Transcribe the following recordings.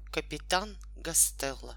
Капитан Гастелло.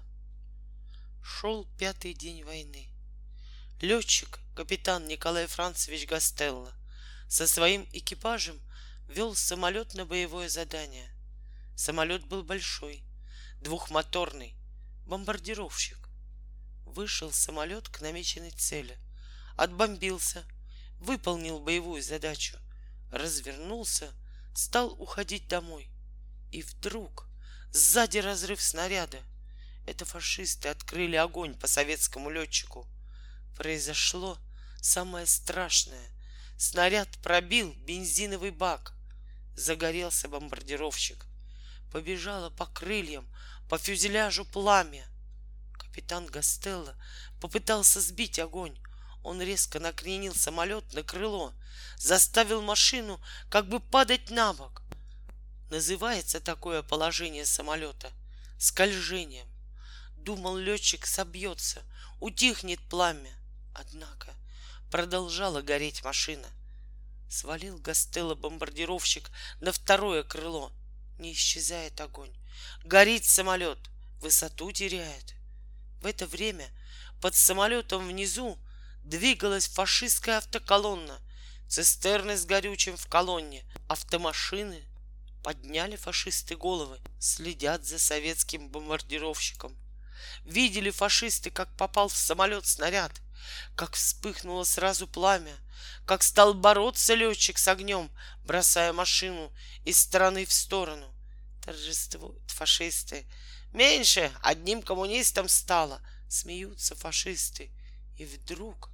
Шел пятый день войны. Летчик, капитан Николай Францевич Гастелло, со своим экипажем вел самолет на боевое задание. Самолет был большой, двухмоторный, бомбардировщик. Вышел самолет к намеченной цели, отбомбился, выполнил боевую задачу, развернулся, стал уходить домой. И вдруг сзади разрыв снаряда. Это фашисты открыли огонь по советскому летчику. Произошло самое страшное. Снаряд пробил бензиновый бак. Загорелся бомбардировщик. Побежало по крыльям, по фюзеляжу пламя. Капитан Гастелло попытался сбить огонь. Он резко накренил самолет на крыло, заставил машину как бы падать на бок. Называется такое положение самолета скольжением. Думал, летчик собьется, утихнет пламя. Однако продолжала гореть машина. Свалил Гастелло бомбардировщик на второе крыло. Не исчезает огонь. Горит самолет, высоту теряет. В это время под самолетом внизу двигалась фашистская автоколонна, цистерны с горючим в колонне, автомашины. Подняли фашисты головы, следят за советским бомбардировщиком. Видели фашисты, как попал в самолет снаряд, как вспыхнуло сразу пламя, как стал бороться летчик с огнем, бросая машину из стороны в сторону. Торжествуют фашисты. Меньше одним коммунистам стало. Смеются фашисты. И вдруг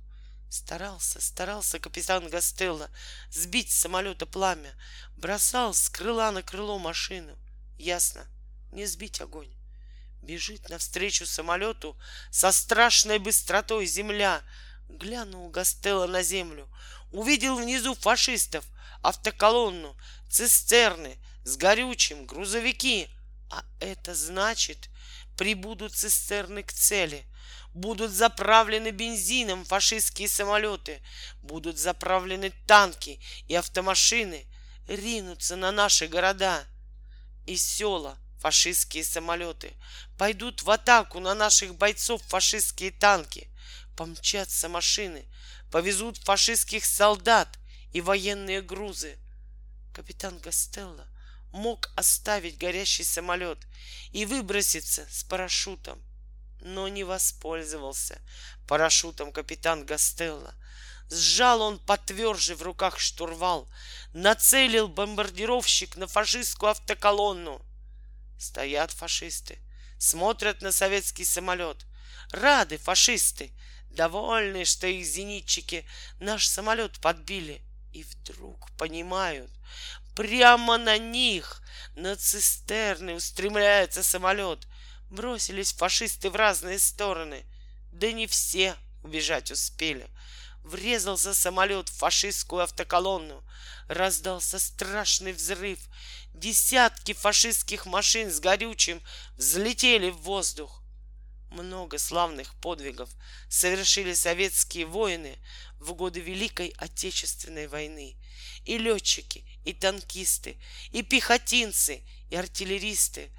старался капитан Гастелло сбить с самолета пламя, бросал с крыла на крыло машину. Ясно, не сбить огонь. Бежит навстречу самолету со страшной быстротой земля. Глянул Гастелло на землю, увидел внизу фашистов, автоколонну, цистерны с горючим, грузовики. А это значит, прибудут цистерны к цели. Будут заправлены бензином фашистские самолеты, будут заправлены танки и автомашины, ринутся на наши города и села фашистские самолеты, пойдут в атаку на наших бойцов фашистские танки, помчатся машины, повезут фашистских солдат и военные грузы. Капитан Гастелло мог оставить горящий самолет и выброситься с парашютом, но не воспользовался парашютом капитан Гастелло. Сжал он потверже в руках штурвал, нацелил бомбардировщик на фашистскую автоколонну. Стоят фашисты, смотрят на советский самолет. Рады фашисты, довольны, что их зенитчики наш самолет подбили. И вдруг понимают, прямо на них, на цистерны устремляется самолет. Бросились фашисты в разные стороны. Да не все убежать успели. Врезался самолет в фашистскую автоколонну. Раздался страшный взрыв. Десятки фашистских машин с горючим взлетели в воздух. Много славных подвигов совершили советские воины в годы Великой Отечественной войны. И летчики, и танкисты, и пехотинцы, и артиллеристы.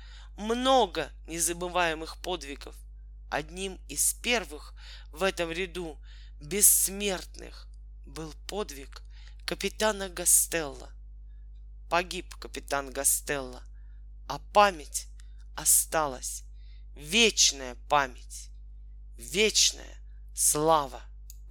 Много незабываемых подвигов. Одним из первых в этом ряду бессмертных был подвиг капитана Гастелло. Погиб капитан Гастелло, а память осталась. Вечная память, вечная слава.